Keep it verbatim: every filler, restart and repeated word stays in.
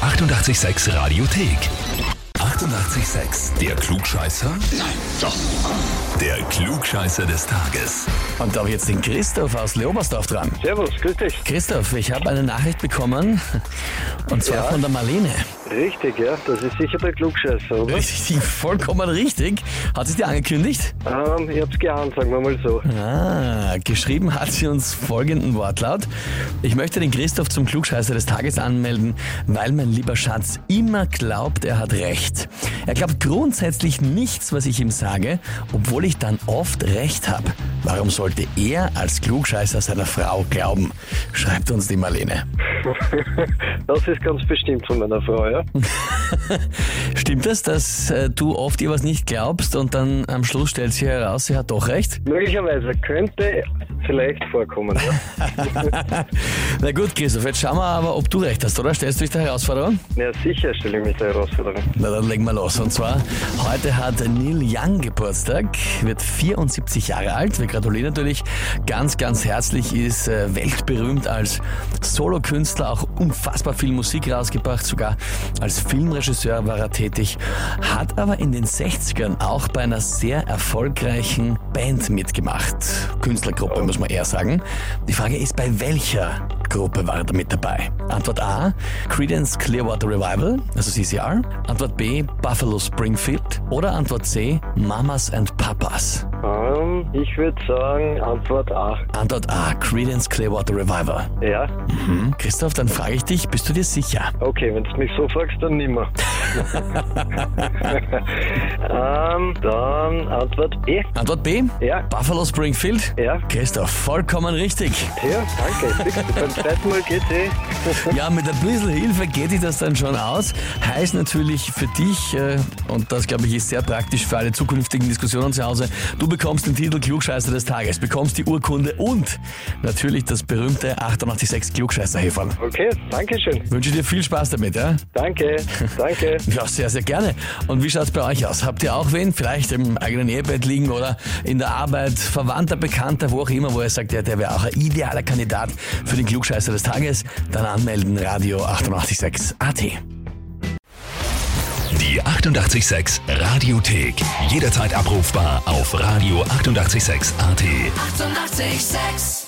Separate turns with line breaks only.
achtundachtzig Komma sechs Radiothek. achtundachtzig Komma sechs. Der Klugscheißer? Nein, doch. Der Klugscheißer des Tages.
Und da habe ich jetzt den Christoph aus Leobersdorf dran.
Servus, grüß dich.
Christoph, ich habe eine Nachricht bekommen, und zwar
Ja.
von der Marlene.
Richtig, ja. Das ist sicher der Klugscheißer, oder?
Richtig, vollkommen richtig. Hat sie dir angekündigt?
Ähm, ich hab's geahnt, sagen wir mal so.
Ah, geschrieben hat sie uns folgenden Wortlaut. Ich möchte den Christoph zum Klugscheißer des Tages anmelden, weil mein lieber Schatz immer glaubt, er hat recht. Er glaubt grundsätzlich nichts, was ich ihm sage, obwohl ich dann oft recht habe. Warum sollte er als Klugscheißer seiner Frau glauben? Schreibt uns die Marlene.
Das ist ganz bestimmt von meiner Frau, ja.
Stimmt es, dass äh, du oft ihr was nicht glaubst und dann am Schluss stellt sie heraus, sie hat doch recht?
Möglicherweise könnte vielleicht vorkommen, ja.
Na gut, Christoph, jetzt schauen wir aber, ob du recht hast, oder? Stellst du dich der Herausforderung?
Ja, sicher stelle ich mich der Herausforderung.
Na, dann legen wir los. Und zwar, heute hat Neil Young Geburtstag, wird vierundsiebzig Jahre alt. Wir gratulieren natürlich ganz, ganz herzlich, ist äh, weltberühmt als Solokünstler, auch unfassbar viel Musik rausgebracht, sogar als Filmregisseur war er tätig, hat aber in den sechzigern auch bei einer sehr erfolgreichen Band mitgemacht. Künstlergruppe, muss man eher sagen. Die Frage ist, bei welcher Gruppe war er da mit dabei? Antwort A, Creedence Clearwater Revival, also C C R. Antwort B, Buffalo Springfield. Oder Antwort C, Mamas and Papas.
Ähm, ich würde sagen, Antwort A.
Antwort A, Creedence Clearwater Revival.
Ja.
Mhm. Christoph, dann frage ich dich, bist du dir sicher?
Okay, wenn du mich so fragst, dann nimmer. ähm, dann Antwort B.
Antwort B,
Ja.
Buffalo Springfield.
Ja.
Christoph, vollkommen richtig.
Ja, danke. Beim zweiten Mal geht's eh.
Ja, mit ein bisschen Hilfe geht sich das dann schon aus. Heißt natürlich für dich, äh, und das glaube ich ist sehr praktisch für alle zukünftigen Diskussionen zu Hause, du bekommst den Titel Klugscheißer des Tages, bekommst die Urkunde und natürlich das berühmte achtundachtzig Komma sechs Klugscheißer-Häferl.
Okay, danke schön.
Wünsche dir viel Spaß damit, ja?
Danke, danke.
Ja, sehr, sehr gerne. Und wie schaut's bei euch aus? Habt ihr auch wen? Vielleicht im eigenen Ehebett liegen oder in der Arbeit, Verwandter, Bekannter, wo auch immer, wo ihr sagt, ja, der wäre auch ein idealer Kandidat für den Klugscheißer des Tages? Dann anmelden, Radio achtundachtzig Komma sechs A T.
Die achtundachtzig Komma sechs Radiothek. Jederzeit abrufbar auf Radio achtundachtzig Komma sechs A T.
achtundachtzig Komma sechs